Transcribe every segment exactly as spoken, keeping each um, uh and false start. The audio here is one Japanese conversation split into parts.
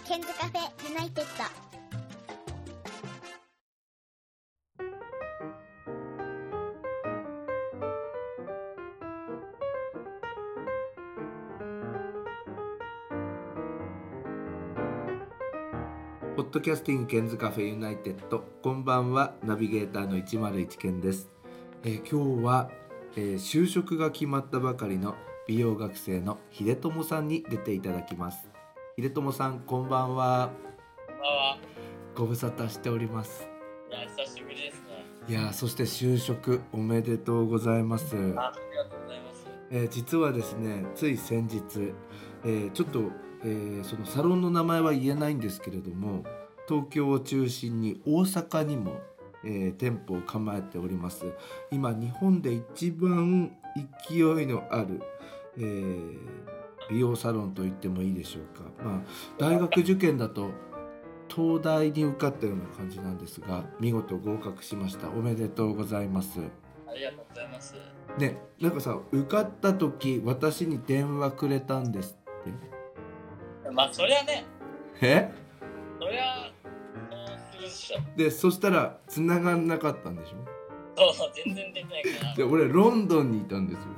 ケンズカフェユナイテッド。 ポッドキャスティングケンズカフェユナイテッド、こんばんは。ナビゲーターのいちまるいちケンです。えー、今日は、えー、就職が決まったばかりの美容学生の秀友さんに出ていただきます。秀友さん、こんばんは。 こんばんは。 ご無沙汰しております。 いや、久しぶりですね。 いや、そして就職おめでとうございます。 あ, ありがとうございます。 えー、実はですね、つい先日、えー、ちょっとえー、そのサロンの名前は言えないんですけれども、東京を中心に大阪にも、えー、店舗を構えております。今日本で一番勢いのある、えー、美容サロンと言ってもいいでしょうか。まあ、大学受験だと東大に受かったような感じなんですが、見事合格しました。おめでとうございます。 ありがとうございます。 ね、なんかさ、受かった時私に電話くれたんですって。 まあそりゃね、 えそりゃそうするでしょ。 で、そしたら繋がんなかったんでしょ。 そう、全然出てないから。 で、俺ロンドンにいたんですよ。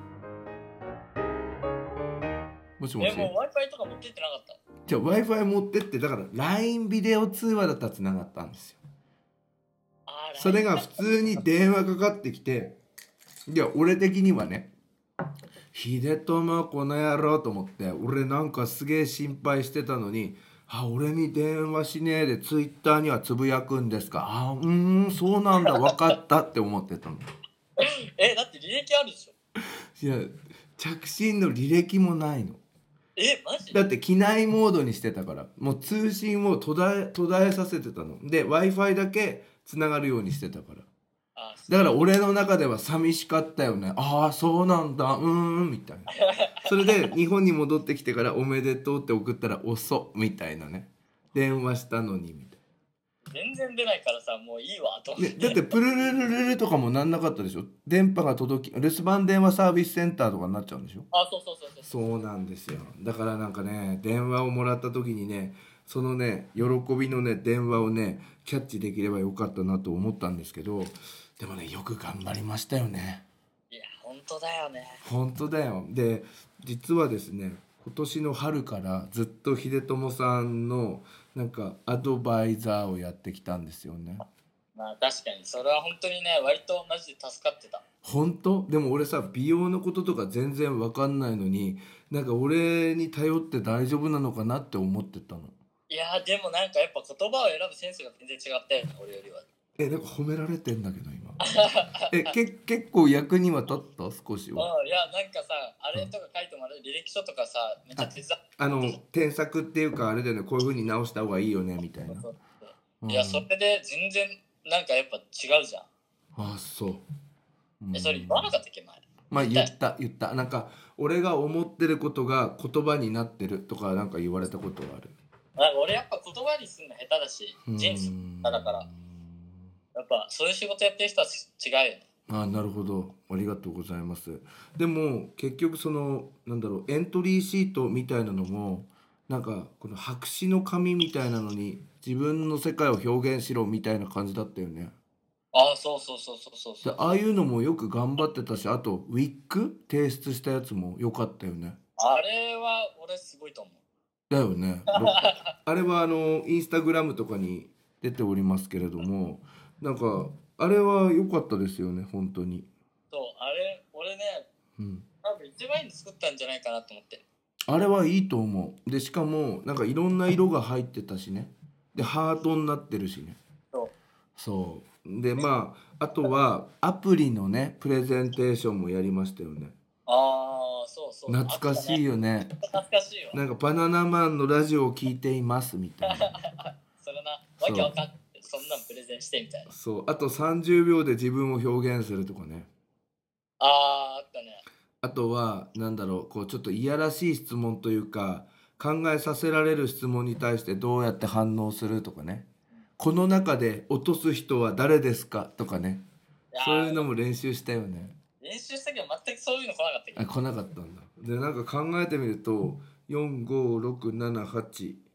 もしもし。 え、もう Wi-Fi とか持ってってなかった？ じゃあ Wi-Fi 持ってって、だから ライン ビデオ通話だったら繋がったんですよ。 あ、 それが普通に電話かかってきて、いや俺的にはね、秀友この野郎と思って、俺なんかすげえ心配してたのに、あ、俺に電話しねえでツイッターにはつぶやくんですか。あ、うーん、そうなんだ、分かったって思ってたの。 え、だって履歴あるでしょ。 いや、着信の履歴もないの。 え、マジ？ だって機内モードにしてたから、もう通信を途絶え、途絶えさせてたので、 Wi-Fi だけつながるようにしてたから。 あ、 だから俺の中では寂しかったよね。ああ、そうなんだ、うーんみたいな。それで日本に戻ってきてからおめでとうって送ったら遅みたいなね。電話したのにみたい全然出ないからさ、もういいわと思っな、 て、 ね、だってプルルルルルとかもなんなかったでしょ。電波が届き、留守番電話サービスセンターとかになっちゃうんでしょ。 あ、そうそうそうそう。 そうなんですよ。だからなんかね、電話をもらった時にね、そのね、喜びのね、電話をね、キャッチできればよかったなと思ったんですけど、でもね、よく頑張りましたよね。 いや、本当だよね。 本当だよ。で、実はですね、今年の春からずっと秀友さんのなんかアドバイザーをやってきたんですよね。 まあ確かにそれは本当にね、割とマジで助かってた。 本当？でも俺さ、美容のこととか全然わかんないのに、なんか俺に頼って大丈夫なのかなって思ってたの。 いや、でもなんかやっぱ言葉を選ぶセンスが全然違ったよね、俺よりは。 え、なんか褒められてんだけど今。え、け結構役には立った少しは。 うん、いや、なんかさ、あれとか書いてもらう履歴書とかさ、めっちゃ手伝っあの添削っていうかあれだよね、こういう風に直した方がいいよねみたいな。 そうそううん、 いや、それで全然なんかやっぱ違うじゃん。 あ、そう。うん、 え、それ言わなかったっけ前？ まあ言った言ったなんか俺が思ってることが言葉になってるとかなんか言われたことがある。 なんか俺やっぱ言葉にするの下手だし、人生だからやっぱそういう仕事やってる人は違うよね。 あ、なるほど、ありがとうございます。でも結局そのなんだろう、エントリーシートみたいなのもなんかこの白紙の紙みたいなのに自分の世界を表現しろみたいな感じだったよね。 ああ、そうそうそうそうそうそう。 で、ああいうのもよく頑張ってたし、あとウィッグ提出したやつも良かったよね。 あれは俺すごいと思う。 だよね。あれはあのインスタグラムとかに出ておりますけれども、なんかあれは良かったですよね、本当に。 そう、あれ俺ね、 うん、 多分一番いいの作ったんじゃないかなと思って。 あれはいいと思う。でしかもなんかいろんな色が入ってたしね。でハートになってるしね。 そうそうで、まああとはアプリのねプレゼンテーションもやりましたよね。 ああ、そうそう。 懐かしいよね。 懐かしいよ。 なんかバナナマンのラジオを聞いていますみたいな。 それな、わけわかんない。そんなんプレゼンしてみたいな。 そう、あとさんじゅうびょうで自分を表現するとかね。 ああ、あったね。 あとはなんだろう、こうちょっといやらしい質問というか考えさせられる質問に対してどうやって反応するとかね。この中で落とす人は誰ですかとかね。そういうのも練習したよね。 練習したけど全くそういうの来なかったけど。 あ、来なかったんだ。でなんか考えてみるとよん、ご、ろく、なな、はち、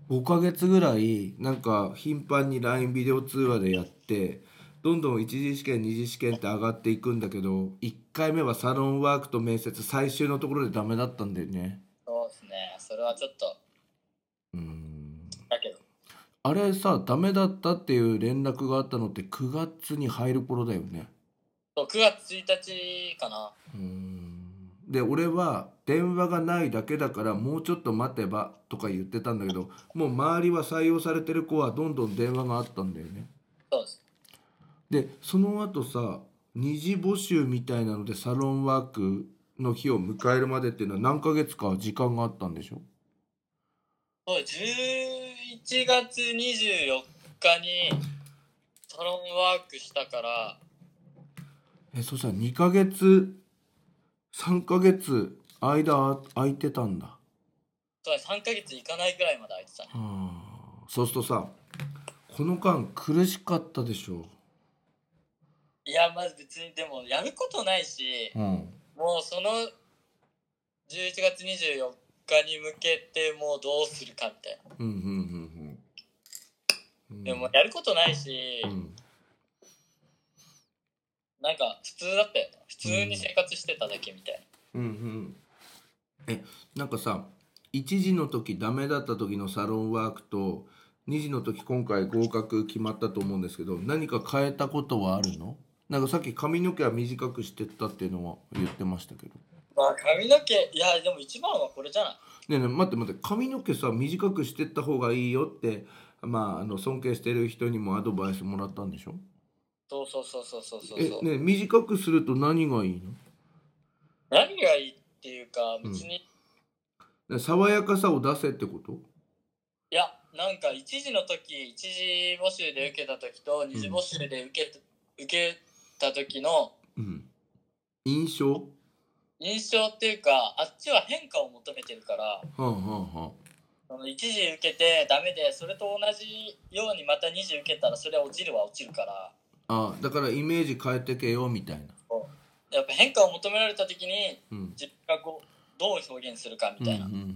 ごかげつぐらいなんか頻繁に ライン ビデオ通話でやってどんどん一次試験二次試験って上がっていくんだけど、いっかいめはサロンワークと面接最終のところでダメだったんだよね。 そうですね。それはちょっと。 うーん。 だけど。 あれさ、ダメだったっていう連絡があったのってくがつに入る頃だよね。 そうくがつついたちかな。 うーん。で俺は電話がないだけだからもうちょっと待てばとか言ってたんだけど、もう周りは採用されてる子はどんどん電話があったんだよね。 そうです。 でその後さ、二次募集みたいなのでサロンワークの日を迎えるまでっていうのは何ヶ月か時間があったんでしょ。 そう、じゅういちがつにじゅうよっかにサロンワークしたから。 えそしたらにかげつさんかげつ間空いてたんだ。 そうさんかげついかないぐらいまで空いてたね。 はあ、そうするとさ、この間苦しかったでしょ。 いやまず別にでもやることないし、 うん、 もうそのじゅういちがつにじゅうよっかに向けてもうどうするかみたいな。 うんうんうんうん。 でもやることないし、 うん、 なんか普通だったよね。普通に生活してただけみたいな。 うんうん。え、なんかさ、いちじの時ダメだった時のサロンワークとにじの時今回合格決まったと思うんですけど、何か変えたことはあるの？なんかさっき髪の毛は短くしてったっていうのは言ってましたけど。 まあ髪の毛、いやでも一番はこれじゃない。 ねえねえ待って待って、髪の毛さ短くしてった方がいいよってまああの尊敬してる人にもアドバイスもらったんでしょ。 そうそうそうそうそうそう。 え、ねえ短くすると何がいいの？ 何がいいっていうか別に、 うん、爽やかさを出せってこと？ いやなんか一時の時一次募集で受けた時と二次募集で受け,、うん、受けた時の、 うん、印象印象っていうか、あっちは変化を求めてるから、はあはあはあ、 その一次受けてダメでそれと同じようにまた二次受けたらそれは落ちるは落ちるから、 あだからイメージ変えてけよみたいな。 やっぱ変化を求められた時に、 うん、 自分がこうどう表現するかみたいな、 うんうんうんうん、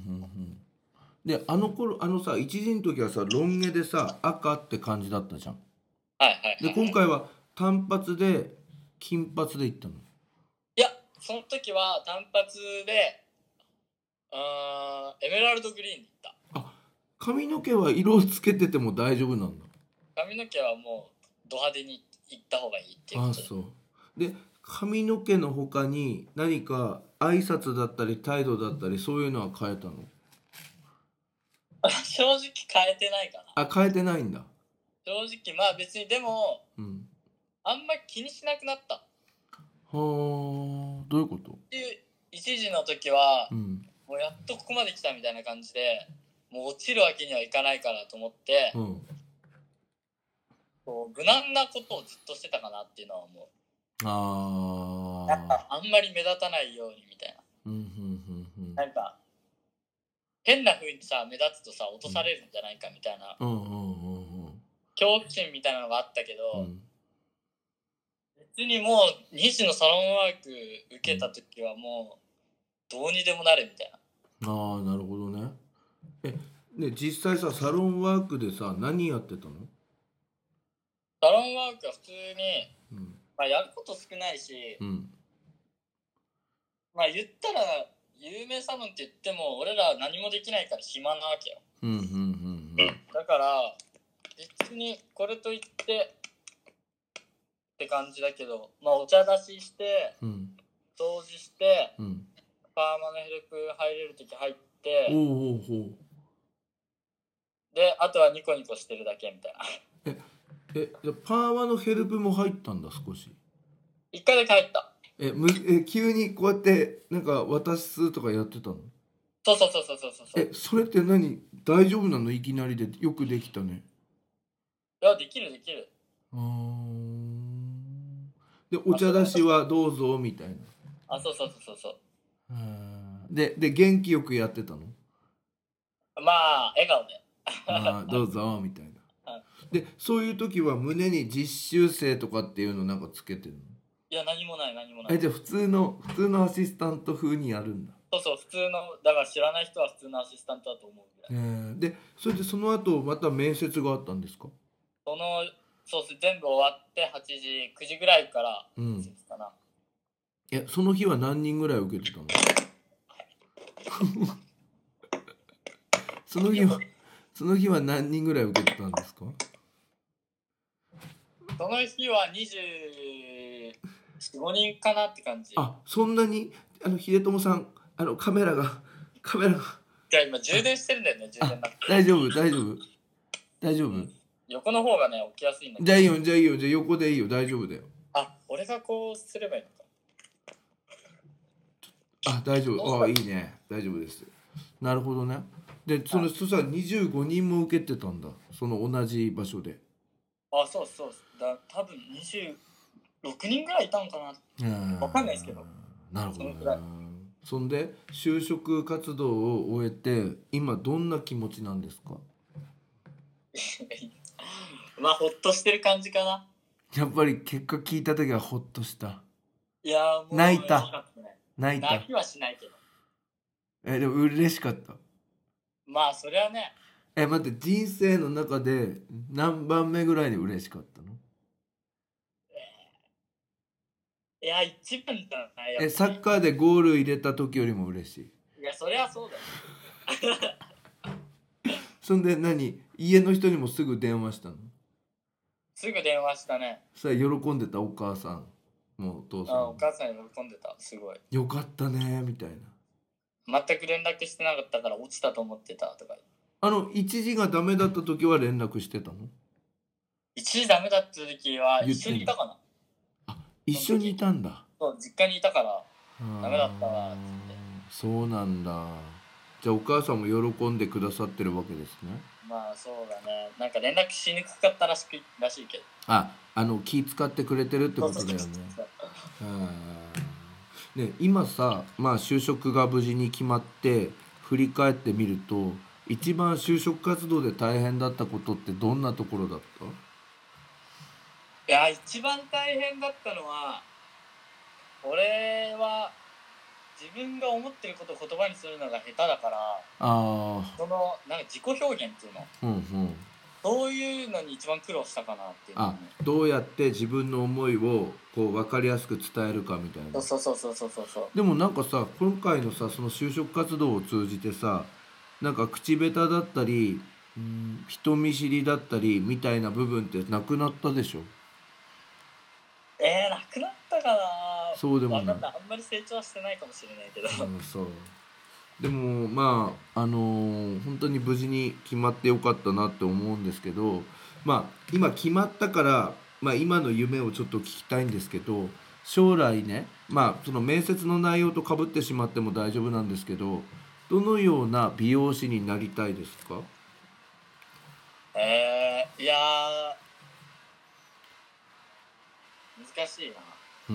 であの頃あのさ一次の時はさロン毛でさ赤って感じだったじゃん。 はいはいはい、はい、 で今回は単発で金髪でいったの？ いやその時は単発であエメラルドグリーンに行った。 あ、髪の毛は色をつけてても大丈夫なんだ。 髪の毛はもうド派手に行った方がいいっていうことで。 あ、そうで髪の毛の他に何か挨拶だったり態度だったりそういうのは変えたの？ 正直変えてないかな。 あ、変えてないんだ。 正直まあ別にでも、 うん、 あんまり気にしなくなった。はあ、どういうこと？ 一時の時は、 うん、 もうやっとここまで来たみたいな感じで、もう落ちるわけにはいかないからと思って、うん、こう無難なことをずっとしてたかなっていうのは思う。あなんかあんまり目立たないようにみたいな、うんうんうんうん、なんか変な風にさ目立つとさ落とされるんじゃないかみたいな、うんうんうんうん、恐怖心みたいなのがあったけど、うん、別にもうに次のサロンワーク受けた時はもうどうにでもなるみたいな。ああ、なるほどね。え、ね、実際さサロンワークでさ何やってたの？ サロンワークは普通に、うんまあ、やること少ないし、うん、まあ言ったら有名サロンって言っても俺ら何もできないから暇なわけよ、うんうんうんうん、だから別にこれといってって感じだけど、まあお茶出しして、うん、掃除して、うん、パーマのヘルプ入れるとき入って、おうおうおうであとはニコニコしてるだけみたいな。 ええ、じゃパーマのヘルプも入ったんだ少し。 一回だけ入った。 えむえ急にこうやってなんか渡すとかやってたの？ そうそうそうそうそうそう。 えそれって何大丈夫なの？いきなりでよくできたね。 いやできるできる。あでお茶出しはどうぞみたいな。 あそうそうそうそう。 でで元気よくやってたの？ まあ笑顔で。 あどうぞみたいな。でそういう時は胸に実習生とかっていうのなんかつけてるの？ いや何もない何もない。 えじゃあ普通の普通のアシスタント風にやるんだ。 そうそう、普通の、だから知らない人は普通のアシスタントだと思うぐらい。 えー、でそれでその後また面接があったんですか？ そのそうす全部終わってはちじくじぐらいから面接かな、 うん、えその日は何人ぐらい受けてたの？その日はその日は何人ぐらい受けてたんですか？ その日はにじゅうよん、ごにんかなって感じ。 あ、そんなに。あの秀友さん、あのカメラがカメラがいや今充電してるんだよね。充電なくて。 大丈夫大丈夫大丈夫、うん、 横の方がね起きやすいんだけど。 じゃあいいよじゃあいいよじゃあ横でいいよ、大丈夫だよ。 あ、俺がこうすればいいのか。 あ、大丈夫。あ、いいね、大丈夫です。なるほどね。でそのそしたらにじゅうごにんも受けてたんだ、その同じ場所で。 あ、そうそうだ、多分にじゅうろくにんぐらいいたんかな、分かんないですけど。 なるほどね。そんで就職活動を終えて今どんな気持ちなんですか？ まあほっとしてる感じかな。 やっぱり結果聞いた時はほっとした？ いやもう泣いた、 ね、 泣いた。 泣きはしないけど。 えでも嬉しかった？まあそれはね。 え待って、人生の中で何番目ぐらいに嬉しかったの？ いや一番じゃない。 えサッカーでゴール入れた時よりも嬉しい？ いやそりゃそうだよ。 そんで何、家の人にもすぐ電話したの？ すぐ電話したね。 それ喜んでた？お母さんもお父さんも？ あお母さん喜んでた。すごいよかったねみたいな。全く連絡してなかったから落ちたと思ってたとか。 あの一時がダメだった時は連絡してたの？ 一時ダメだった時は一緒にいたかな。 あ、一緒にいたんだ。 そう実家にいたからダメだったわっつって。 そうなんだ。じゃあお母さんも喜んでくださってるわけですね。 まあそうだね。なんか連絡しにくかったらしくらしいけど。 あ、あの気使ってくれてるってことだよね。ね、今さ、まあ就職が無事に決まって振り返ってみると、一番就職活動で大変だったことってどんなところだった？ いや一番大変だったのは、俺は自分が思ってることを言葉にするのが下手だから、あそのなんか自己表現っていうの、うんうん、そういうのに一番苦労したかなっていうの、ね、 あどうやって自分の思いをこう分かりやすく伝えるかみたいな。 そうそうそうそうそうそう。 でもなんかさ、今回のさその就職活動を通じてさ、なんか口下手だったり、うん、人見知りだったりみたいな部分ってなくなったでしょ？ えー、なくなったかな。 そうでもない。 あんまり成長はしてないかもしれないけど、 うん、そうでもまああのー、本当に無事に決まってよかったなって思うんですけど、まあ今決まったから、まあ、今の夢をちょっと聞きたいんですけど、将来ね、まあその面接の内容とかぶってしまっても大丈夫なんですけど、どのような美容師になりたいですか？ えー、いや難しいな。うん。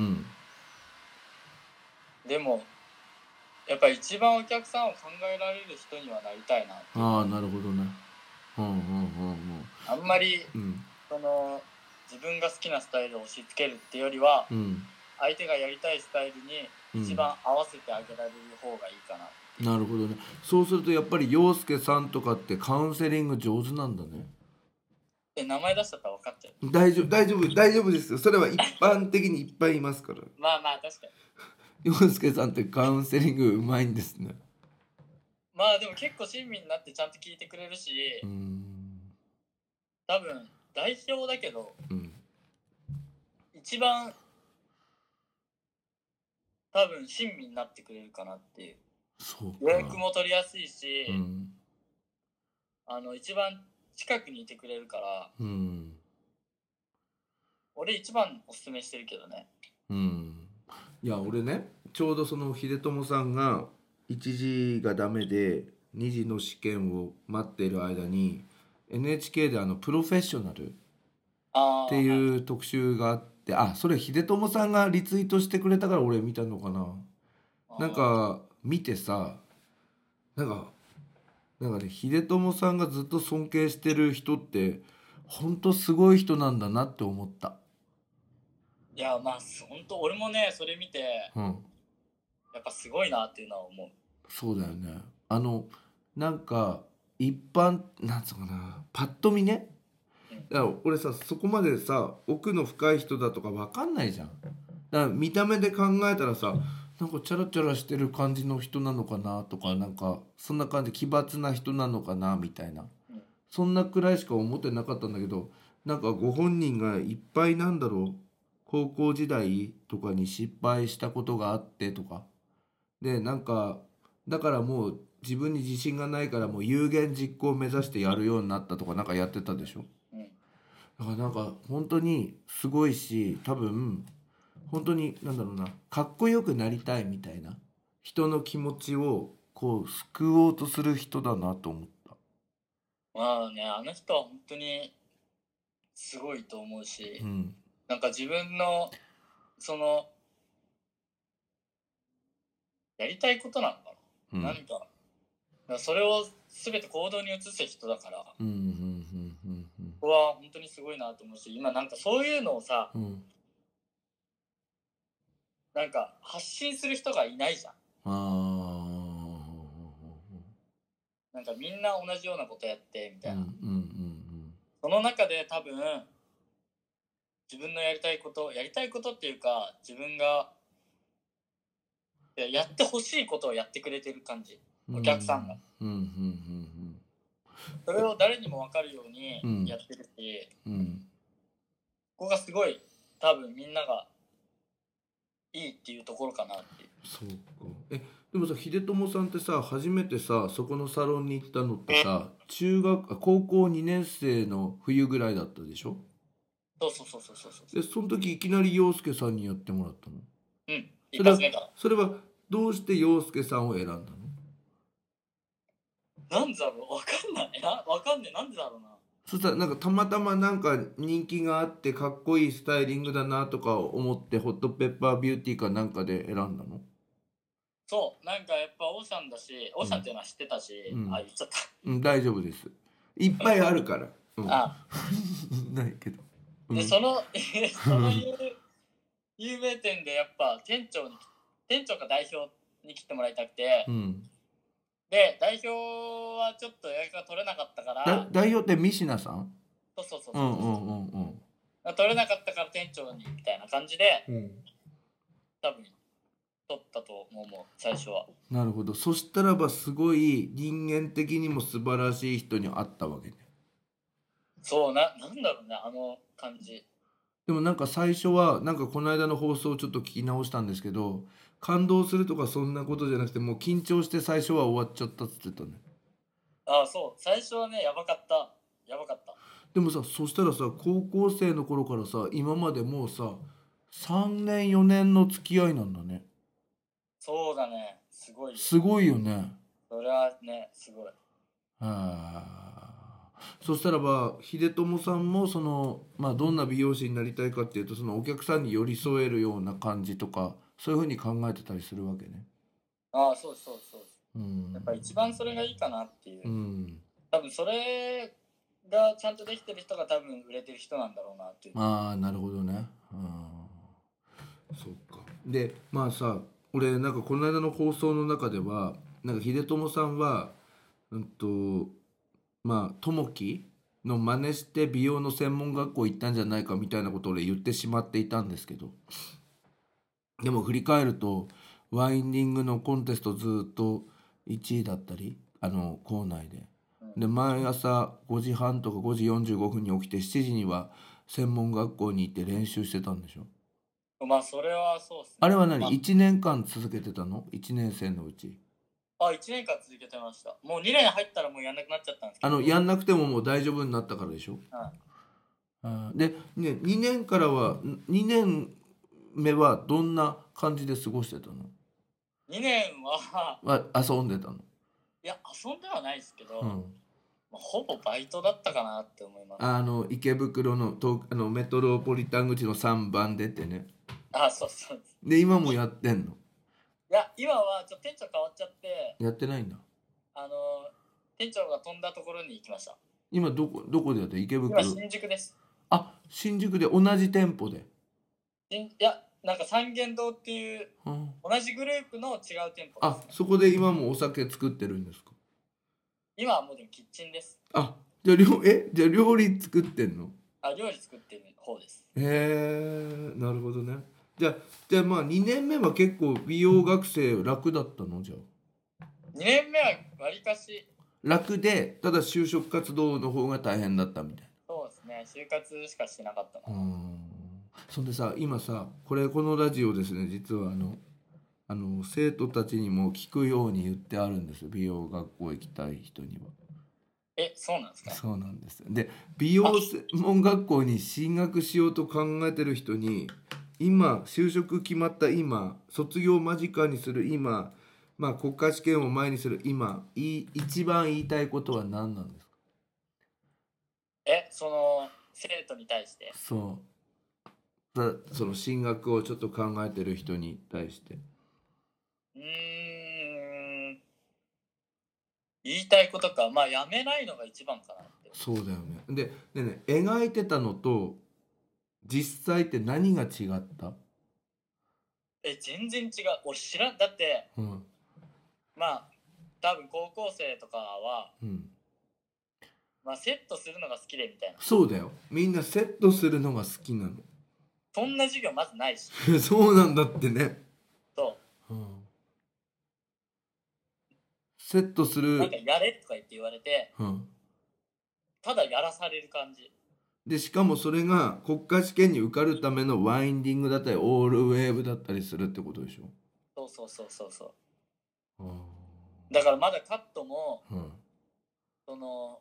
でもやっぱ一番お客さんを考えられる人にはなりたいなって。 ああ、なるほどね。うんうんうんうん。 あんまり、うん、その自分が好きなスタイルを押し付けるってよりは、うん、相手がやりたいスタイルに一番合わせてあげられる方がいいかな。 うん、なるほどね。そうするとやっぱり陽介さんとかってカウンセリング上手なんだね。 え、名前出しちゃったら分かっちゃう。 大丈夫大丈夫大丈夫ですよ。それは一般的にいっぱいいますから。 まあまあ確かに。 陽介さんってカウンセリングうまいんですね。 まあでも結構親身になってちゃんと聞いてくれるし、うーん、多分代表だけど、うん、一番多分親身になってくれるかなっていう。そうか。予約も取りやすいし、うん、あの一番近くにいてくれるから、うん、俺一番おすすめしてるけどね。うん。 いや俺ね、ちょうどその秀友さんが一次がダメで二次の試験を待っている間に エヌエイチケー であのプロフェッショナルっていう特集があって、あ、それ秀友さんがリツイートしてくれたから俺見たのかな。なんか見てさ、なんかなんかね、秀友さんがずっと尊敬してる人って本当すごい人なんだなって思った。 いやまあ本当俺もねそれ見て、うん、やっぱすごいなっていうのは思う。 そうだよね。あのなんか一般なんつうかな、パッと見ね、だから俺さそこまでさ奥の深い人だとか分かんないじゃん。だから見た目で考えたらさ、なんかチャラチャラしてる感じの人なのかなとか、なんかそんな感じ、奇抜な人なのかなみたいな、そんなくらいしか思ってなかったんだけど、なんかご本人がいっぱいなんだろう、高校時代とかに失敗したことがあってとかで、なんかだからもう自分に自信がないからもう有言実行を目指してやるようになったとかなんかやってたでしょ。だからなんか本当にすごいし、多分本当になんだろうな、かっこよくなりたいみたいな人の気持ちをこう救おうとする人だなと思った。 まあね、あの人は本当にすごいと思うし、うん、なんか自分のそのやりたいことなのかな、うん、何か、かそれを全て行動に移す人だから、うんうんうんうん、ここは本当にすごいなと思うし、今なんかそういうのをさ、うん、なんか発信する人がいないじゃん。あ、なんかみんな同じようなことやってみたいな、うんうんうんうん、その中で多分自分のやりたいことやりたいことっていうか、自分がやってほしいことをやってくれてる感じ、お客さんが、うんうんうんうん、それを誰にも分かるようにやってるし、うんうん、ここがすごい多分みんながいいっていうところかなっていう。 そうか。えでもさ、秀友さんってさ、初めてさそこのサロンに行ったのってさ、中学あ高校にねん生の冬ぐらいだったでしょ。 そうそうそうそうそうそう。 でその時いきなり陽介さんにやってもらったの。 うん、一発目から。 それはどうして陽介さんを選んだの？ なんだろう、わかんないな、わかんない、なんでだろうな。 そしたらなんかたまたまなんか人気があってかっこいいスタイリングだなとか思ってホットペッパービューティーかなんかで選んだの？ そう、なんかやっぱオーシャンだし、オーシャンっていうのは知ってたし、うん、あ、言っちゃった。 うん、大丈夫です。いっぱいあるから。うん、あないけど。 うん、で、その、その有名店でやっぱ店長に、店長か代表に切ってもらいたくて、うん、で、代表はちょっと予約が取れなかったから。 代表ってミシナさん？ そうそうそうそう。うんうんうんうん。取れなかったから店長にみたいな感じで、うん、多分取ったと思う、最初は。 なるほど。そしたらばすごい人間的にも素晴らしい人に会ったわけね。 そうな、なんだろうね、あの感じ。 でもなんか最初はなんかこの間の放送をちょっと聞き直したんですけど、感動するとかそんなことじゃなくてもう緊張して最初は終わっちゃったっつってたね。 ああ、そう、最初はね、やばかったやばかった。 でもさ、そしたらさ、高校生の頃からさ、今までもうささんねんよねんの付き合いなんだね。 そうだね、すごいすごいよね。 それはね、すごい。 あ、そしたらば秀友さんもその、まあ、どんな美容師になりたいかっていうと、そのお客さんに寄り添えるような感じとかそういうふうに考えてたりするわけね。 ああ、そうそうそう、うん、やっぱ一番それがいいかなっていう、うん、多分それがちゃんとできてる人が多分売れてる人なんだろうなっていう。 ああ、なるほどね。あ、そうか。でまあさ、俺なんかこの間の放送の中ではなんか秀友さんはうんとまあ友樹の真似して美容の専門学校行ったんじゃないかみたいなことを俺言ってしまっていたんですけど、でも振り返るとワインディングのコンテストずっといちいだったり、あの校内でで毎朝ごじはんとかごじよんじゅうごふんに起きてしちじには専門学校に行って練習してたんでしょ。 まあそれはそうっすね。 あれは何、まあ、いちねんかん続けてたの？いちねん生のうち。 あ、いちねんかん続けてました。もうにねん入ったらもうやんなくなっちゃったんですけど。 あのやんなくてももう大丈夫になったからでしょ。はい。あで、ね、にねんからはにねんめはどんな感じで過ごしてたの？ にねんはは遊んでたの？ いや遊んではないですけど、うん、まあ、ほぼバイトだったかなって思います。 あの池袋のとあのメトロポリタン口のさんばんでってね。 あ、そうそうで今もやってんの？ いや今はちょっと店長変わっちゃってやってないんだ。 あの店長が飛んだところに行きました。 今どこどこでやって？池袋。 今新宿です。 あ、新宿で同じ店舗で。 いやなんか三軒堂っていう、うん、同じグループの違う店舗です、ね、あ、そこで今もお酒作ってるんですか？ 今はもうでもキッチンです。 あ、じゃあ料えじゃあ料理作ってんの？ あ、料理作ってる方です。 へえ、なるほどね。じゃあじゃあまあにねんめは結構美容学生楽だったの？じゃあにねんめはわりかし楽で、ただ就職活動の方が大変だったみたいな。 そうですね、就活しかしてなかったな。 うん。そんでさ、今さ、これこのラジオですね、実はあのあの生徒たちにも聞くように言ってあるんですよ、美容学校行きたい人には。 え、そうなんですか？ そうなんです。で、美容専門学校に進学しようと考えてる人に、今就職決まった今、卒業間近にする今、まあ国家試験を前にする今、い一番言いたいことは何なんですか？ え、その生徒に対して？ そう。その進学をちょっと考えてる人に対して。 うーん。言いたいことか、まあやめないのが一番かなって。 そうだよね。で、でね、描いてたのと実際って何が違った？ え、全然違う。俺知らん。だって、うん、まあ多分高校生とかは、うん、まあセットするのが好きでみたいな。 そうだよ。みんなセットするのが好きなの。 そんな授業まずないし。 そうなんだってね。 そう。うん、 セットする。 なんかやれとか言って言われて、うん、ただやらされる感じ。 でしかもそれが国家試験に受かるためのワインディングだったりオールウェーブだったりするってことでしょ？ そうそうそうそうそう。だからまだカットも、うん、その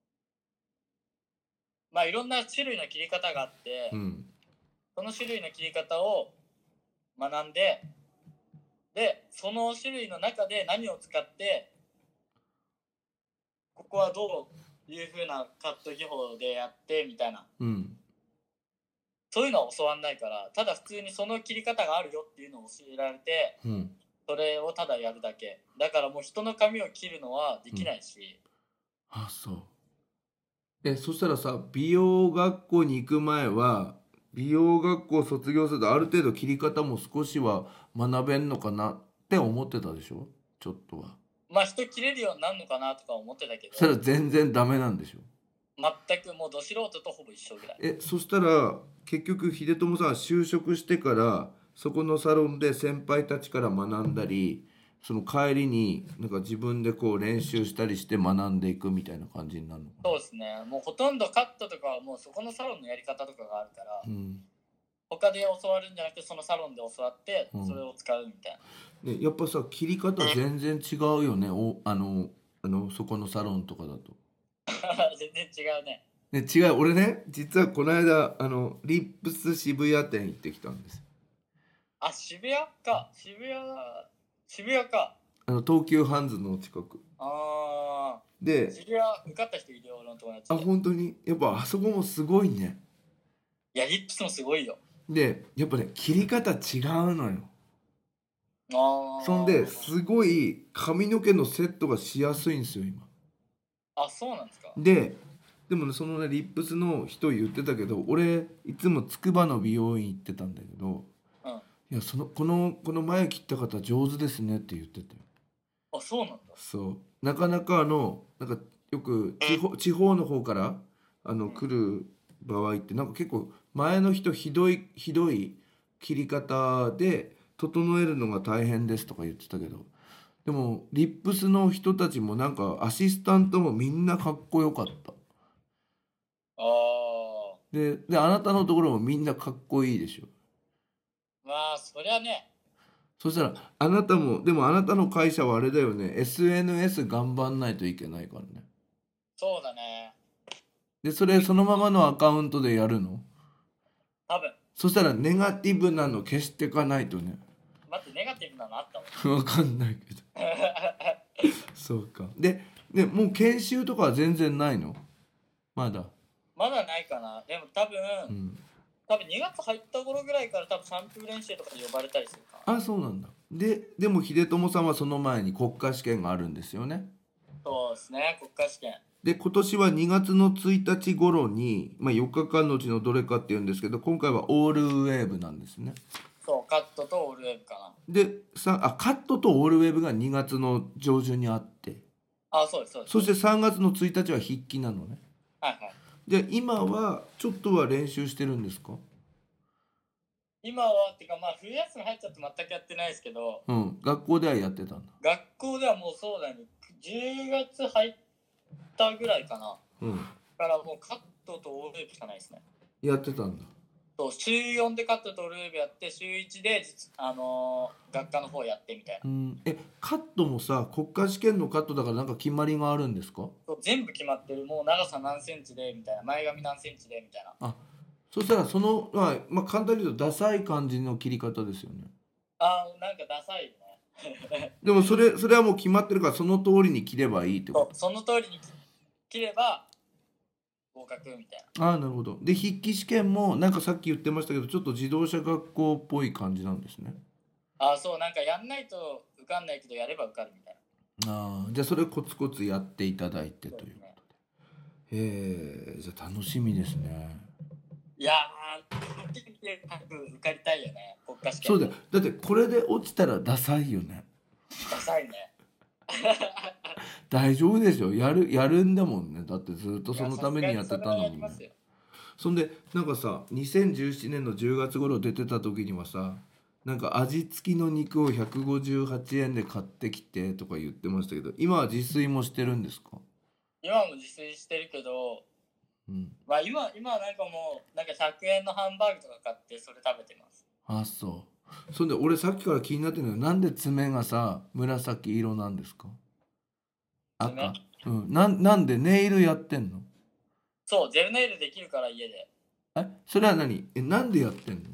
まあいろんな種類の切り方があって、うん、その種類の切り方を学んで、でその種類の中で何を使ってここはどういう風なカット技法でやってみたいな、うん、そういうのは教わんないから、ただ普通にその切り方があるよっていうのを教えられて、うん、それをただやるだけだから、もう人の髪を切るのはできないし、 うん、あ、そう。え、そしたらさ、美容学校に行く前は美容学校卒業するとある程度切り方も少しは学べんのかなって思ってたでしょ？ちょっとは。 まあ人切れるようになるのかなとか思ってたけど、 それは全然ダメなんでしょ？ 全くもうど素人とほぼ一緒ぐらい。 え、そしたら結局秀友さん就職してからそこのサロンで先輩たちから学んだり、その帰りになんか自分でこう練習したりして学んでいくみたいな感じになるのかな？ そうですね。もうほとんどカットとかはもうそこのサロンのやり方とかがあるから、うん、他で教わるんじゃなくてそのサロンで教わってそれを使うみたいな、 うんね、やっぱさ切り方全然違うよね。おあのあのそこのサロンとかだと全然違うね。 ね、違う。俺ね、実はこの間あのリップス渋谷店行ってきたんです。 あ、渋谷か。渋谷渋谷か。 あの東急ハンズの近く。 ああ。で、渋谷受かった人いるよ、俺の友達で。 あ、本当にやっぱあそこもすごいね。 いや、リップスもすごいよ。 で、やっぱね切り方違うのよ。ああ。そんですごい髪の毛のセットがしやすいんですよ今。 あ、そうなんですか。 で、でもねそのねリップスの人言ってたけど、俺いつも筑波の美容院行ってたんだけど、うん、いやそのこのこの前切った方上手ですねって言ってたよ。 あ、そうなんだ。 そうなかなかあのなんかよく地方地方の方からあの来る場合ってなんか結構前の人ひどいひどい切り方で整えるのが大変ですとか言ってたけど、でもリップスの人たちもなんかアシスタントもみんなかっこよかった。あでであなたのところもみんなかっこいいでしょ。 まあそりゃね。 そしたらあなたもでもあなたの会社はあれだよね、 エスエヌエス 頑張んないといけないからね。 そうだね。 でそれそのままのアカウントでやるの？ 多分。 そしたらネガティブなの消していかないとね。 待って、ネガティブなのあったもんわかんないけどそうか。で、でもう研修とかは全然ないの？まだまだないかな。でも多分、うん、多分にがつ入った頃ぐらいから多分シャンプー練習とかで呼ばれたりするかな。あ、そうなんだ。で、でも秀友さんはその前に国家試験があるんですよね。 そうですね、国家試験。 で、今年はにがつのついたち頃に、まあ、よっかかんのうちのどれかっていうんですけど、今回はオールウェーブなんですね。 そう、 そうカットとオールウェブかな。 でさあカットとオールウェブがにがつの上旬にあって、 あ、そうですそうです。 そしてさんがつのついたちは筆記なのね。 はいはい。 で今はちょっとは練習してるんですか？ 今はっていうかまあ冬休み入っちゃって全くやってないですけど、 うん、学校ではやってたんだ。 学校ではもうそうだね、じゅうがつ入ったぐらいかな。 うん。 だからもうカットとオールウェブしかないですね。 やってたんだ。 そう週よんでカットとオールウェブやって週いちで、あのー、学科の方やってみたいな。 うん、えカットもさ国家試験のカットだからなんか決まりがあるんですか？ そう全部決まってる。もう長さ何センチでみたいな、前髪何センチでみたいな。 あ、そしたらその、まあ、まあ簡単に言うとダサい感じの切り方ですよね。 あーなんかダサいね。 でもそれそれはもう決まってるからその通りに切ればいいってこと？ そうその通りに切れば合格みたいな。 ああなるほど。で筆記試験もなんかさっき言ってましたけどちょっと自動車学校っぽい感じなんですね。 ああそうなんかやんないと受かんないけどやれば受かるみたいな。ああじゃあそれコツコツやっていただいてということで。 ね、 へえじゃあ楽しみですね。 いやー受かりたいよね国家試験。 そうだよ。だってこれで落ちたらダサいよね。 ダサいね。 大丈夫でしょ。やるやるんだもんね。だってずっとそのためにやってたのにね。そんでなんかさにせんじゅうななねんのじゅうがつ頃出てた時にはさなんか味付きの肉をひゃくごじゅうはちえんで買ってきてとか言ってましたけど今は自炊もしてるんですか？ 今も自炊してるけど、うん、まあ今今はなんかもうなんかひゃくえんのハンバーグとか買ってそれ食べてます。 あそうそんで俺さっきから気になってるのはなんで爪がさ紫色なんですか？赤、うん、な, なんでネイルやってんの？ そうジェルネイルできるから家で。 えそれは何えなんでやってんの？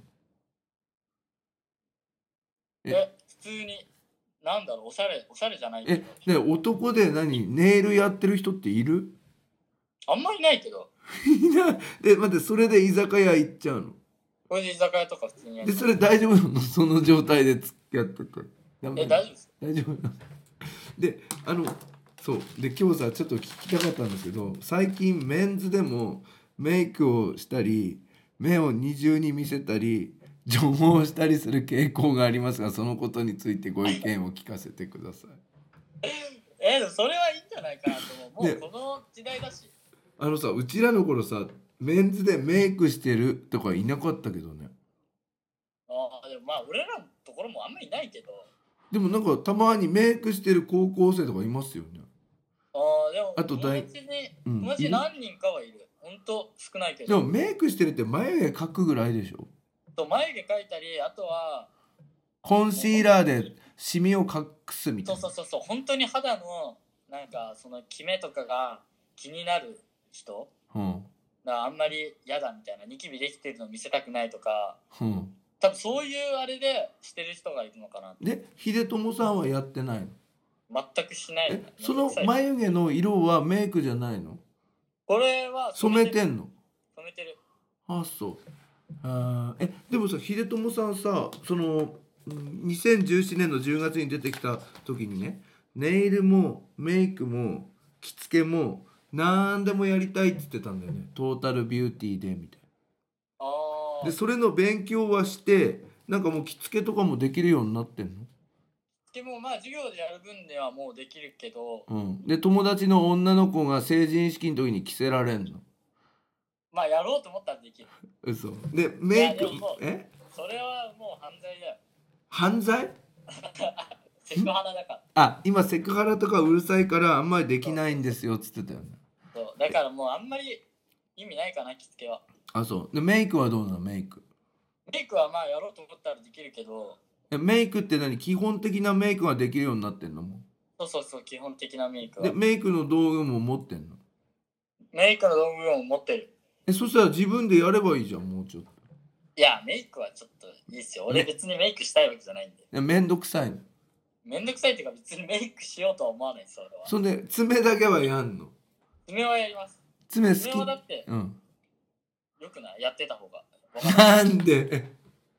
ええ普通になんだろうおしゃれおしゃれじゃないけど。 えで男で何ネイルやってる人っている？ あんまりないけど。 いない。で待ってそれで居酒屋行っちゃうの？ これで居酒屋とか普通にやる。 でそれ大丈夫なの？その状態で付き合ってて。 え大丈夫です。 大丈夫なの？であのそうで今日さちょっと聞きたかったんですけど最近メンズでもメイクをしたり目を二重に見せたり除毛したりする傾向がありますがそのことについてご意見を聞かせてください。 えでもそれはいいんじゃないかなと思う。もうこの時代だし。 あのさうちらの頃さメンズでメイクしてるとかいなかったけどね。 ああでもまあ俺らのところもあんまりいないけど。 でもなんかたまにメイクしてる高校生とかいますよね。 ああでもあと大友達に、うん、友達何人かはいる。ほんと少ないけど。 でもメイクしてるって眉毛描くぐらいでしょ。 と眉毛描いたりあとはコンシーラーでシミを隠すみたいな。 そうそうそうそう本当に肌のなんかそのキメとかが気になる人、うん、だあんまり嫌だみたいなニキビできてるの見せたくないとか、うん、多分そういうあれでしてる人がいるのかな。 で秀友さんはやってないの？ 全くしない、ね、 えその眉毛の色はメイクじゃないの？ これは染めてんの？ 染めてる。 あそうあえでもさ秀友さんさそのにせんじゅうななねんのじゅうがつに出てきた時にねネイルもメイクも着付けも何でもやりたいって言ってたんだよね。トータルビューティーでみたいな。あでそれの勉強はしてなんかもう着付けとかもできるようになってんの？ でもまあ授業でやる分ではもうできるけど、 うん、で友達の女の子が成人式の時に着せられんの？ まあやろうと思ったらできる。 嘘でメイクえそれはもう犯罪だよ。 犯罪？ セクハラだから。 あ今セクハラとかうるさいからあんまりできないんですよっつってたよね。 そうだからもうあんまり意味ないかな着付けは。 あそうでメイクはどうなの？メイクメイクはまあやろうと思ったらできるけど。 メイクって何基本的なメイクができるようになってんの？もそうそうそう基本的なメイクは。 でメイクの道具も持ってんの？ メイクの道具も持ってる。 えそしたら自分でやればいいじゃんもうちょっと。 いやメイクはちょっといいっすよ。俺別にメイクしたいわけじゃないんで。 めんどくさいの？ めんどくさいっていうか別にメイクしようとは思わないですそれは。 そんで爪だけはやんの？ 爪はやります。 爪好き？ 爪はだって、 うん、 よくないやってた方が。 なんで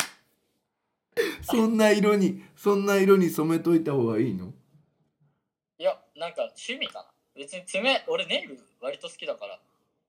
そんな色にそんな色に染めといた方がいいの？ いやなんか趣味かな。別に爪俺ネイル割と好きだから。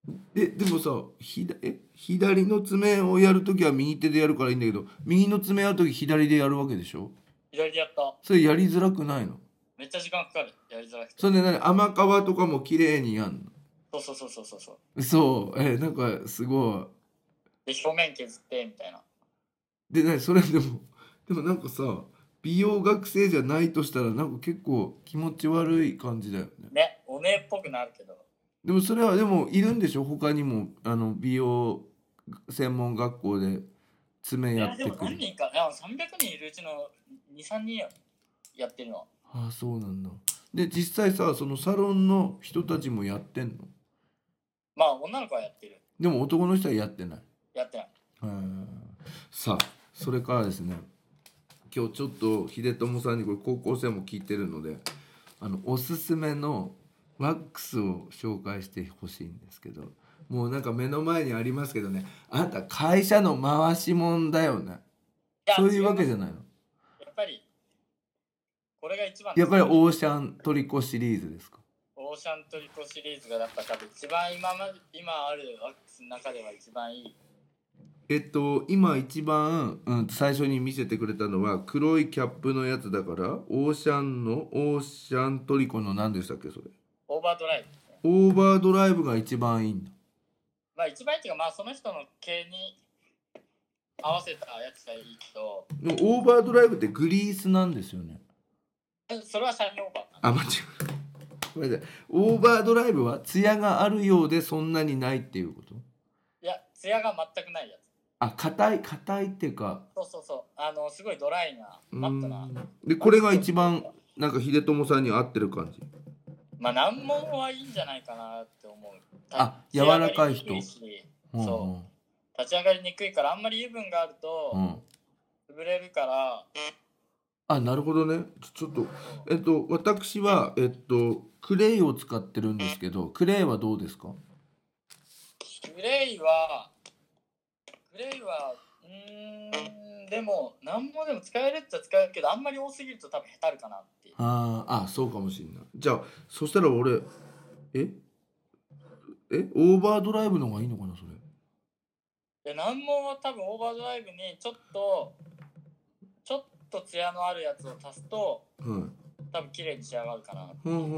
えでもさひだえ左の爪をやるときは右手でやるからいいんだけど、右の爪やるとき左でやるわけでしょ。 左でやった。 それやりづらくないの？ めっちゃ時間かかる。やりづらくて。 それで何、甘皮とかも綺麗にやんそうそうそうそうそうそう。 の？そうえなんかすごい。で表面削ってみたいな。 で何それでもでもなんかさ美容学生じゃないとしたらなんか結構気持ち悪い感じだよね。 ね、お姉っぽくなるけど。 でもそれはでもいるんでしょ、他にもあの美容専門学校で爪やってくる。 いやでも何人か、いやさんびゃくにんいるうちのに、さんにんやってるの。 ああそうなんだ。で実際さそのサロンの人たちもやってんの？ まあ女の子はやってる。 でも男の人はやってない。 やってない。 さあそれからですね、今日ちょっと秀友さんにこれ高校生も聞いてるのであのおすすめのワックスを紹介してほしいんですけど、もうなんか目の前にありますけどね、あんた会社の回しもんだよね。そういうわけじゃないの？ やっぱりこれが一番。 やっぱりオーシャントリコシリーズですか？ オーシャントリコシリーズがやっぱ多分一番今まで今あるワックスの中では一番いい。 えっと今一番、うん、最初に見せてくれたのは黒いキャップのやつだから、オーシャンのオーシャントリコの何でしたっけそれ？ オーバードライブですね。 オーバードライブが一番いいんだ。 まあ一番いいっていうか、まあその人の毛に合わせたやつがいいけど。 でもオーバードライブってグリースなんですよね。 それはシャインオーバー。 あ、間違えた。ごめんなさい。オーバードライブはツヤがあるようでそんなにないっていうこと？ いや、ツヤが全くないやつ。 あ、硬い硬いっていうか。 そうそうそう。あのすごいドライなマットな。 でこれが一番なんか秀友さんに合ってる感じ。 まあ難問はいいんじゃないかなって思う。 あ、柔らかい人。 そう、うんうん、立ち上がりにくいから、あんまり油分があると潰れるから。 あ、なるほどね。ちょっとえっと私はえっとクレイを使ってるんですけど、クレイはどうですか？ クレイはクレイはうーんでも何もでも使えるっちゃ使えるけど、あんまり多すぎると多分へたるかなっていう。 ああ、そうかもしれない。じゃあそしたら俺ええオーバードライブの方がいいのかなそれ。 で難問は多分オーバードライブにちょっとちょっとツヤのあるやつを足すと、うん、多分綺麗に仕上がるかな。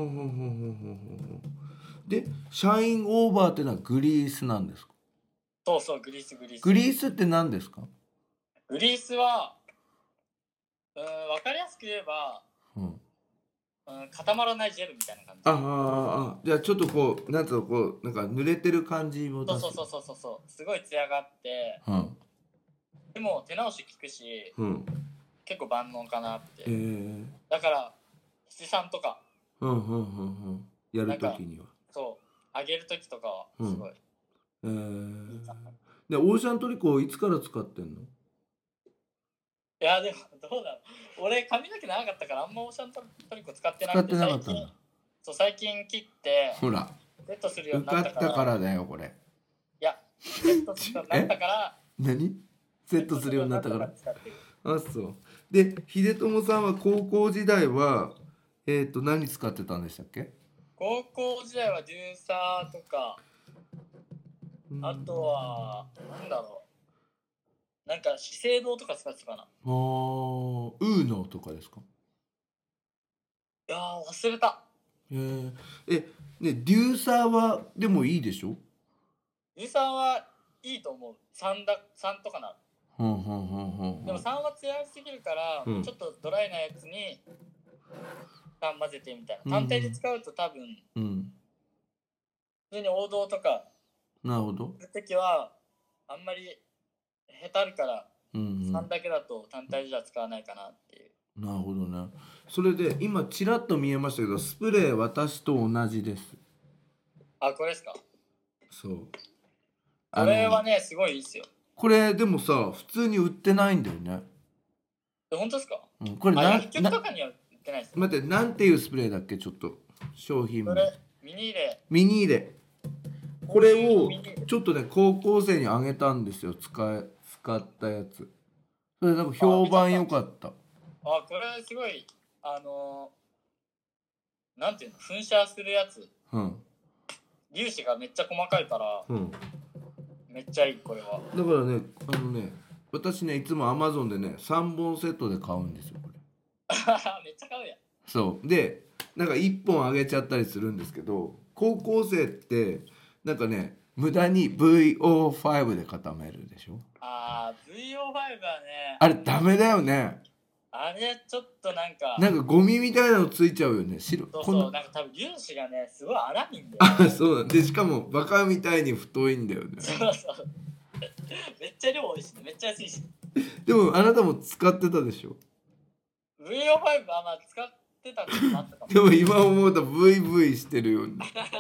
でシャインオーバーってのはグリースなんですか？ そうそう、グリースグリース。 グリースって何ですか？ グリースはうん分かりやすく言えば、うんうん、固まらないジェルみたいな感じ。 あああ、じゃあちょっとこうなんとこうなんか濡れてる感じも出す。 そうそうそうそうそう、すごいツヤがあって、うん、でも手直し効くし、うん、結構万能かなって、えー、だから七三とか、うんうんうんうん、やるときにはそう上げるときとかはすごい、うん、えー、いいかな。 でオーシャントリコいつから使ってんの？ いやでもどうだろう、俺髪の毛長かったからあんまオーシャントリコ使ってなくて、最近そう最近切ってほらセットするようになったから。 受かったからだよこれ。 いやセットするようになったから何セットするようになったから。あ、そうで秀友さんは高校時代はえっと何使ってたんでしたっけ？ 高校時代はデューサーとか、あとはなんだろう、なんか資生堂とか使ってたかな。あー、ウーノとかですか？ いやー忘れた。 えー、えねデューサーはでもいいでしょ？ デューサーはいいと思う。さんださんとかなる。でもさんは強すぎるから、うん、ちょっとドライなやつにさん混ぜてみたいな。単体で使うと多分、うん、普通に王道とかなるほどするときはあんまりへたるから、うんうん、さんだけだと単体じゃ使わないかなっていう。 なるほどね。それで今ちらっと見えましたけど、スプレー私と同じです。 あ、これですか？ そう。 これはねすごいいいっすよ。 これでもさ普通に売ってないんだよね。 本当ですか？ うん、これ薬局とかには売ってないです。 待って、なんていうスプレーだっけ？ちょっと商品名。 これミニーレ。 ミニーレ。これをちょっとね高校生にあげたんですよ。使い使ったやつ。それなんか評判良かった。 あ、これすごいあのー、なんていうの、噴射するやつ。うん。 粒子がめっちゃ細かいから、 うん、 めっちゃいいこれは。 だからね、あのね、私ねいつもアマゾンでねさんぼんセットで買うんですよこれ。 めっちゃ買うやん。 そうで、なんかいっぽんあげちゃったりするんですけど、高校生ってなんかね無駄に ブイオーファイブ で固めるでしょ。 あー ブイオーファイブ はね、 あれダメだよね。 あれちょっとなんかなんかゴミみたいなのついちゃうよね。白そうそう、なんか多分粒子がねすごい粗いんだよ、 ね。あ、そうなんで、しかもバカみたいに太いんだよね。 そうそうめっちゃ量多いし、ね、めっちゃ安いし。 でもあなたも使ってたでしょ。 ブイオーファイブ はまあ使ってたこともあったかも。 でも今思うと ブイブイ してるよね。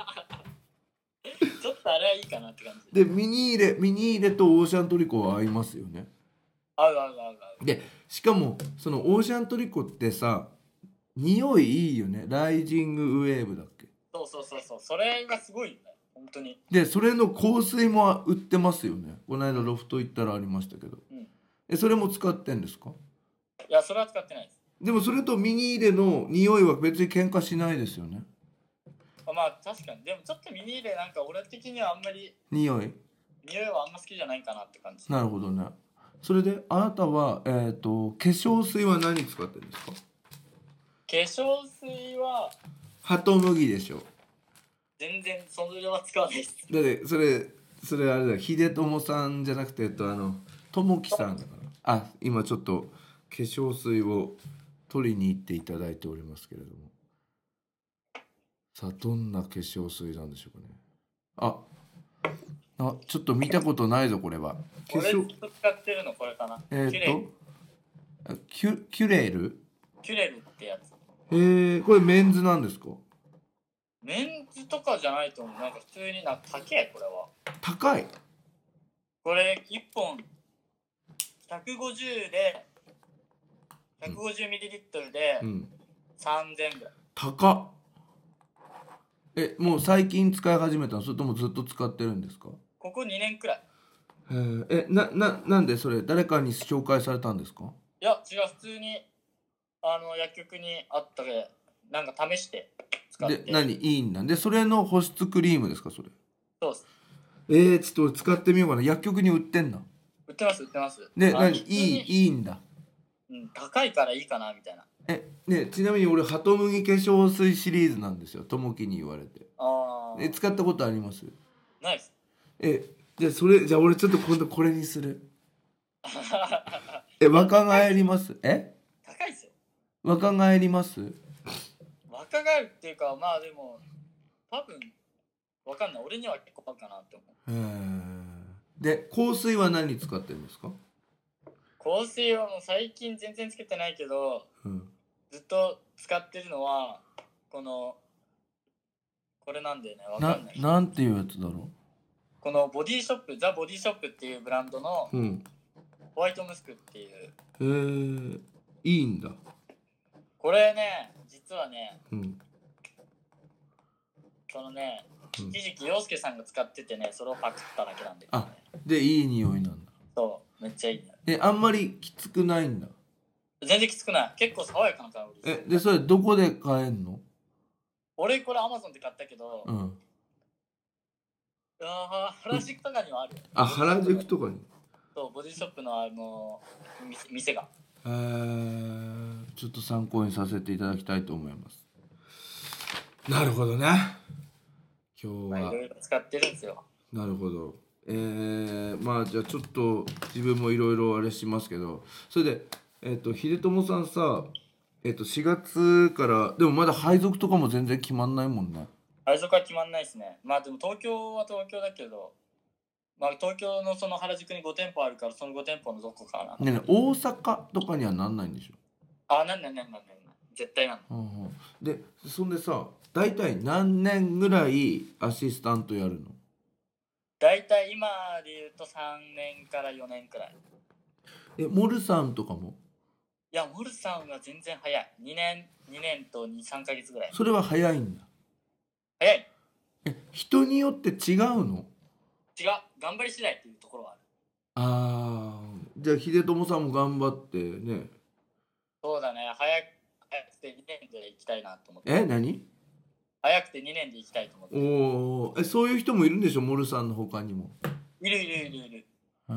ちょっとあれはいいかなって感じでミニ入れミニ入れとオーシャントリコは合いますよね。 合う合う合う合う。 でしかもそのオーシャントリコってさ、匂いいいよね。ライジングウェーブだっけ。 そうそうそうそう、それがすごいよね本当に。 でそれの香水も売ってますよね。この間ロフト行ったらありましたけど、うん、えそれも使ってんですか。 いやそれは使ってないです。 でもそれとミニ入れの匂いは別に喧嘩しないですよね。 まあ確かに。でもちょっとミニ入れなんか俺的にはあんまり匂い匂いはあんま好きじゃないかなって感じ。 なるほどね。それであなたは、えーと、化粧水は何使ってるんですか。 化粧水はハトムギでしょ。 全然それは使わないです。 だってそれそれあれだ、秀友さんじゃなくて、えっとあの友樹さんだから。あ、今ちょっと化粧水を取りに行っていただいておりますけれども、さあどんな化粧水なんでしょうかね。ああ、ちょっと見たことないぞこれは。 化粧俺ずっと使ってるのこれかな。 えー、っとキュキュレルキュレルってやつ。 えー、これメンズなんですか。 メンズとかじゃないと思う。なんか普通になんか高いこれは。 高い。 これいっぽんひゃくごじゅうで ひゃくごじゅうミリリットル でさんぜんえんぐらい、うん、 高っ。え、もう最近使い始めたの、それともずっと使ってるんですか。 ここにねんくらい。 えー、えなななんでそれ誰かに紹介されたんですか。 いや違う、普通にあの薬局にあったでなんか試して使って。 で何いいんだ。でそれの保湿クリームですかそれ。 そうです。 えー、ちょっと使ってみようかな。薬局に売ってんだ。 売ってます売ってます。 で何いいいいんだ。 うん、高いからいいかなみたいな。 えね、ちなみに俺ハトムギ化粧水シリーズなんですよ、ともきに言われて。 あえ使ったことあります。 ないです。 えじゃあそれじゃあ俺ちょっと今度これにする。え若返ります。え高いですよ。 若返ります。 若返るっていうかまあでも多分わかんない。俺には結構あるかなって思う。 へえ。で香水は何使ってるんですか。 香水はもう最近全然つけてないけど、うん、ずっと使ってるのはこのこれなんだよね。わかんない。 な、なんていうやつだろう。 このボディショップザ・ボディショップっていうブランドのホワイトムスクっていう、 うん、へえいいんだこれね。実はね、うん、そのね、うん、一時期陽介さんが使っててね、それをパクっただけなんだけど、ね、 あでいい匂いなんだ。 そうめっちゃいい、ね、 えあんまりきつくないんだ。 全然きつくない。結構爽やかな香り。 えでそれどこで買えんの。 俺これアマゾンで買ったけど、うん、あ原宿とかにはある。 あ原宿とかに。 そうボディショップのあの店が。 えー、ちょっと参考にさせていただきたいと思います。なるほどね。今日は、まあ、 いろいろ使ってるんですよ。 なるほど。えー、まあじゃあちょっと自分もいろいろあれしますけど、それでえっと秀友さんさ、えっとしがつからでもまだ配属とかも全然決まんないもんね。 配属は決まんないですね。まあでも東京は東京だけど、まあ東京のその原宿にご店舗あるから、そのご店舗のどこかな。 ねえねえ大阪とかにはなんないんでしょ。 あ、なんないなんないなんない絶対なんない。 うんうん、でそんでさ大体何年ぐらいアシスタントやるの。 大体今で言うとさんねんからよねんくらい。 えモルさんとかも。 いやモルさんは全然早い。にねんにねんとにさんかげつぐらい。 それは早いんだ。 早い。 え人によって違うの。 違う、頑張り次第っていうところはある。 ああじゃあ秀友さんも頑張ってね。 そうだね、早く早くてにねんで行きたいなと思って。 え何早くてにねんで行きたいと思って。 おー、え、そういう人もいるんでしょ、モルさんの他にも。 いるいるいるいる。 うん。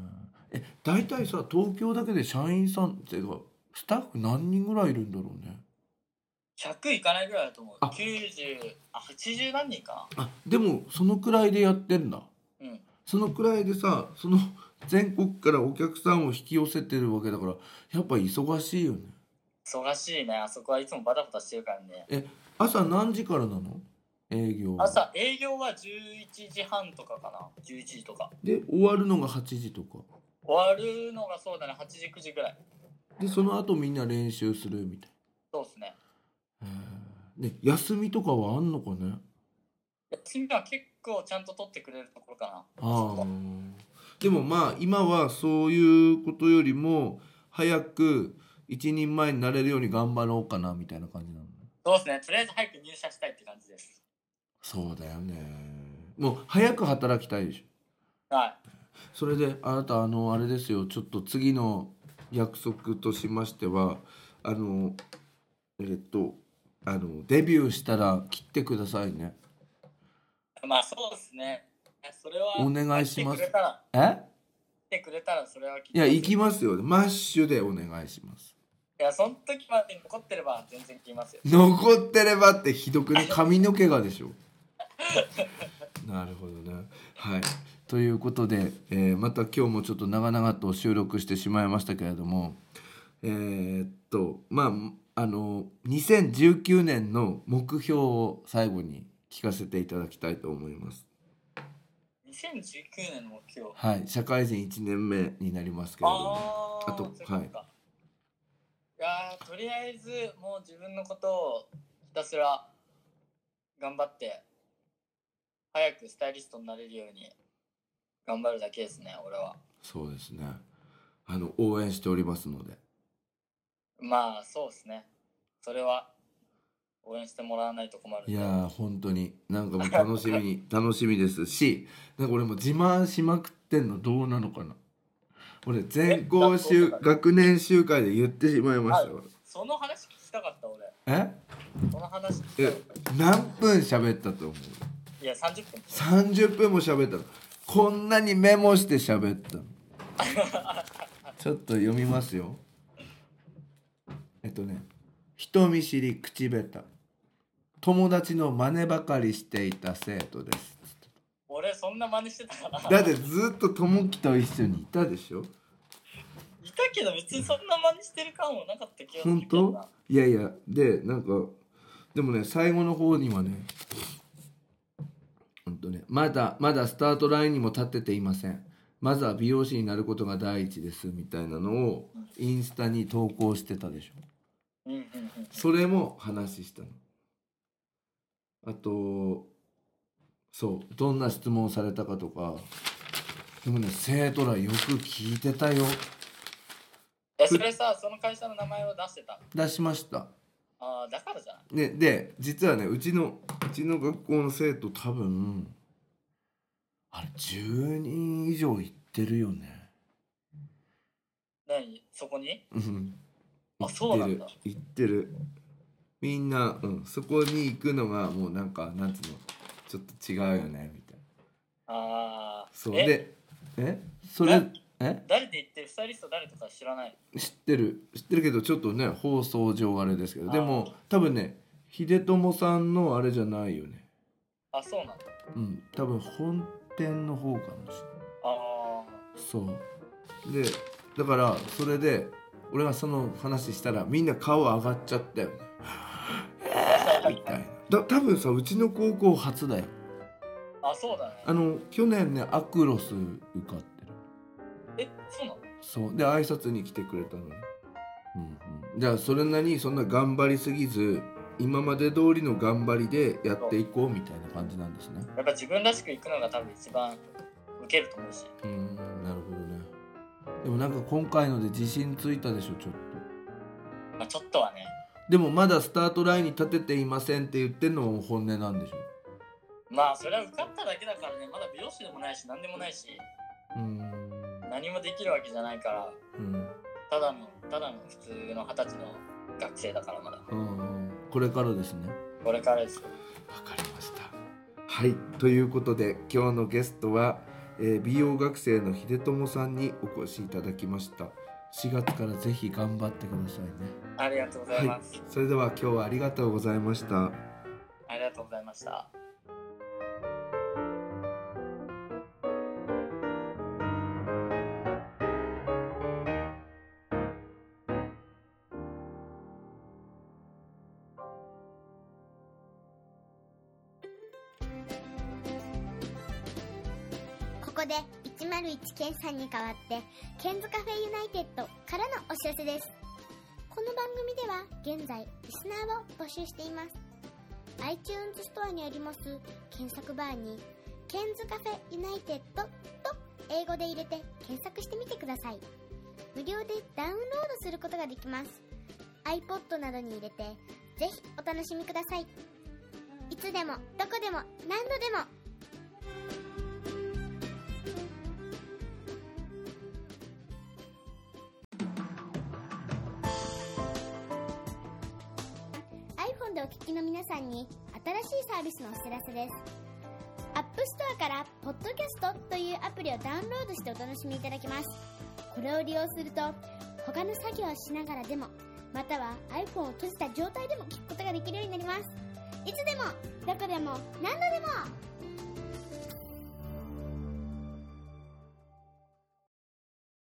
え、大体さ、東京だけで社員さんってかスタッフ何人ぐらいいるんだろうね。 ひゃくいかないぐらいだと思う。 あきゅうじゅう、あ、はちじゅう何人かあ、でもそのくらいでやってんだ。 な。うん。 そのくらいでさ、その全国からお客さんを引き寄せてるわけだから、やっぱ忙しいよね。 忙しいね。あそこはいつもバタバタしてるからね。 え、朝何時からなの？営業。 朝、営業はじゅういちじはんとかかな。じゅういちじとか。 で、終わるのがはちじとか。 終わるのがそうだね、はちじくじぐらい。 で、その後みんな練習するみたいそうっすね。 な。へー。で、休みとかはあんのかね？ 休みは結構ちゃんと取ってくれるところかな。 ああ。でもまあ今はそういうことよりも早く一人前になれるように頑張ろうかなみたいな感じなの。 そうですね。とりあえず早く入社したいって感じです。 そうだよね。もう早く働きたいでしょ。 はい。 それであなた、あのあれですよ、ちょっと次の約束としましては、あのえっとあのデビューしたら切ってくださいね。 まあそうですね。それはお願いします。 来てくれたら、 え？ 来てくれたらそれは来いや、 てます。 行きますよ。マッシュでお願いします。 いや、その時までに残ってれば全然来ますよ。 残ってればってひどくね。髪の毛がでしょ。なるほどね。はい。ということで、えーまた今日もちょっと長々と収録してしまいましたけれども、えーっとまああのにせんじゅうきゅうねんの目標を最後に聞かせていただきたいと思います。 にせんじゅうきゅうねんの目標。 はい。社会人いちねんめになりますけれども、 あー、 あとそういうことか。 はい。 いやー、とりあえずもう自分のことをひたすら頑張って早くスタイリストになれるように頑張るだけですね、俺は。 そうですね。あの応援しておりますので。 まあそうですね。それは応援してもらわないと困るんで。 いやー本当になんかもう楽しみに楽しみですし、なんか俺も自慢しまくってんのどうなのかな。俺全校集学年集会で言ってしまいましたわ。 その話聞きたかった俺。 え？ その話聞きえたかった。 何分喋ったと思う？ いや、さんじゅっぷん。 さんじゅっぷんも喋ったの。こんなにメモして喋ったの。ちょっと読みますよ。えっとね、人見知り口下手、友達の真似ばかりしていた生徒です。 俺そんな真似してたかな。 だってずっと友樹と一緒にいたでしょ。 いたけど別にそんな真似してる感もなかった気がする本けどな。 当？いやいや、でなんかでもね、最後の方にはね、ほんとね、まだまだスタートラインにも立てていません。まずは美容師になることが第一ですみたいなのをインスタに投稿してたでしょ。 うんうんうん。 それも話したの。あとそうどんな質問をされたかとか。でもね、生徒らよく聞いてたよ。 え、それさ、その会社の名前を出してた。 出しました。 ああ、だからじゃない。 ね、で実はね、うちのうちの学校の生徒多分あれじゅうにん以上行ってるよね。 何そこに？ うん。 あ、そうなんだ。 行ってる。みんな、うん、そこに行くのがもうなんかなんつうの、ちょっと違うよねみたいな。 ああ。 そうで、えそれえ誰で言ってる？スタイリスト誰とか知らない？ 知ってる知ってるけど、ちょっとね放送上あれですけど、でも多分ね、秀友さんのあれじゃないよね。 あ、そうなんだ。 うん、多分本店の方かもしれない。 ああ。 そうで、だからそれで俺がその話したらみんな顔上がっちゃったよね。みたいな。だ多分さ、うちの高校初だよ。 あ、そうだね。 あの去年ねアクロス受かってる。 え、そうなの？ そうで挨拶に来てくれたのね。うんうん。じゃあそれなりそんな頑張りすぎず、今まで通りの頑張りでやっていこうみたいな感じなんですね。 やっぱ自分らしくいくのが多分一番受けると思うし。 うーん、なるほどね。でもなんか今回ので自信ついたでしょ、ちょっと。 まあちょっとはね。 でもまだスタートラインに立てていませんって言ってんのも本音なんでしょ。 まあそれは受かっただけだからね。まだ美容師でもないし何でもないし、 うーん。 何もできるわけじゃないから、 うん。 ただのただの普通の二十歳の学生だからまだ。 うんうん。これからですね。 これからです。 わかりました。はい、ということで今日のゲストは、えー、美容学生の秀友さんにお越しいただきました。しがつからぜひ頑張ってくださいね。 ありがとうございます。はい、 それでは今日はありがとうございました。 ありがとうございました。 ここでいちまるいちケンさんに代わってケンズカフェユナイテッドからのお知らせです。この番組では現在リスナーを募集しています。 iTunes ストアにあります検索バーにケンズカフェユナイテッドと英語で入れて検索してみてください。無料でダウンロードすることができます。 iPod などに入れてぜひお楽しみください。いつでもどこでも何度でもでお聞きの皆さんに新しいサービスのお知らせです。アップストアからポッドキャストというアプリをダウンロードしてお楽しみいただけます。これを利用すると他の作業をしながらでも、または iPhone を閉じた状態でも聞くことができるようになります。いつでもどこでも何度でも